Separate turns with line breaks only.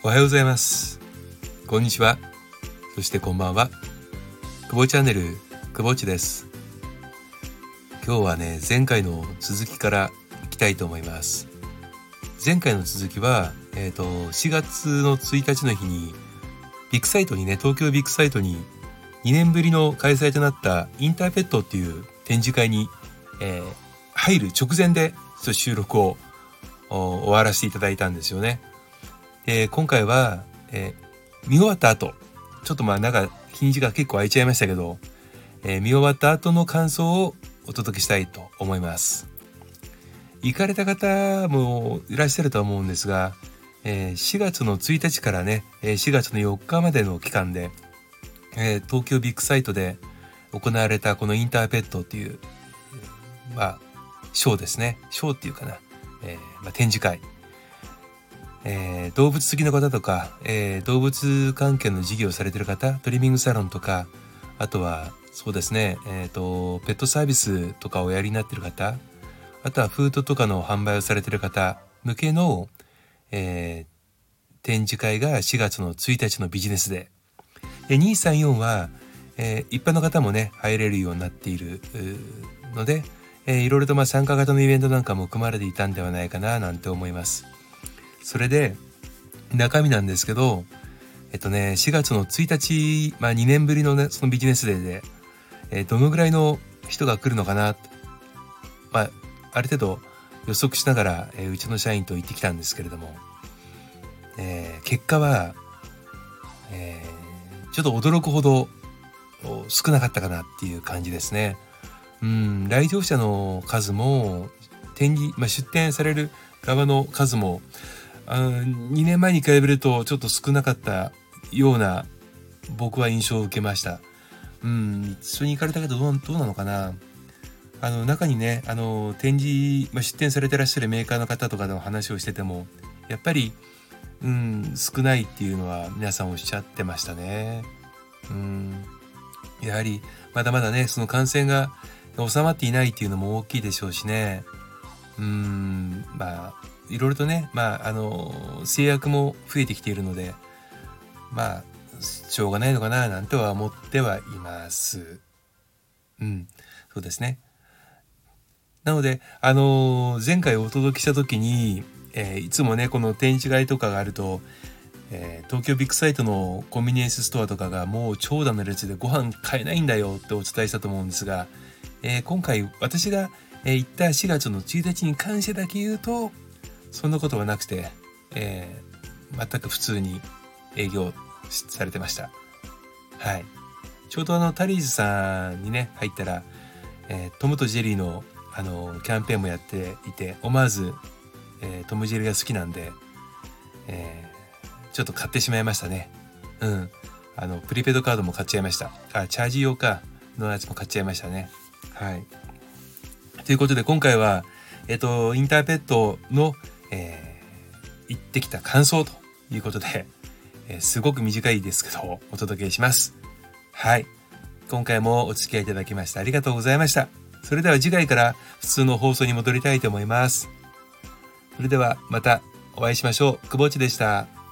おはようございます。こんにちは。そしてこんばんは。くぼチャンネルくぼちです。今日はね、前回の続きからいきたいと思います。前回の続きは、4月の1日の日にビッグサイトにね、東京ビッグサイトに2年ぶりの開催となったインターペットっていう展示会に、入る直前で収録を終わらせていただいたんですよね。今回は、見終わった後、ちょっと日にちが結構空いちゃいましたけど、見終わった後の感想をお届けしたいと思います。行かれた方もいらっしゃるとは思うんですが、4月の1日からね、4月の4日までの期間で、東京ビッグサイトで行われたこのインターペットっていう、ショーですね。ショーっていうかな、展示会。動物好きの方とか、動物関係の事業をされている方、トリミングサロンとか、あとはそうですね、ペットサービスとかをおやりになっている方、あとはフードとかの販売をされている方向けの、展示会が4月の1日のビジネスデー。2、3、4は、一般の方もね入れるようになっているので、いろいろと参加型のイベントなんかも組まれていたんではないかななんて思います。それで中身なんですけど、4月の1日、2年ぶりのねそのビジネスデーで、どのぐらいの人が来るのかな、ある程度予測しながら、うちの社員と行ってきたんですけれども、結果は、ちょっと驚くほど少なかったかなっていう感じですね。来場者の数も出展される側の数も2年前に比べるとちょっと少なかったような僕は印象を受けました。一緒に行かれた方どうなのかな。中にね展示、出展されてらっしゃるメーカーの方とかの話をしててもやっぱり少ないっていうのは皆さんおっしゃってましたね。やはりまだまだねその感染が収まっていないっていうのも大きいでしょうしね。いろいろとね制約も増えてきているのでしょうがないのかななんては思ってはいます。そうですね。なので前回お届けした時に、いつもねこの展示会とかがあると、東京ビッグサイトのコンビニエンスストアとかがもう長蛇の列でご飯買えないんだよってお伝えしたと思うんですが、今回私が行った4月の1日に関してだけ言うとそんなことはなくて、全く普通に営業されてました。はい。ちょうどタリーズさんにね入ったら、トムとジェリーのキャンペーンもやっていて思わず、トムジェリーが好きなんで、ちょっと買ってしまいましたね。プリペイドカードも買っちゃいました。チャージ用のやつも買っちゃいましたね。はい。ということで今回はインターペットの、行ってきた感想ということで、すごく短いですけどお届けします。はい。今回もお付き合いいただきましてありがとうございました。それでは次回から普通の放送に戻りたいと思います。それではまたお会いしましょう。くぼちでした。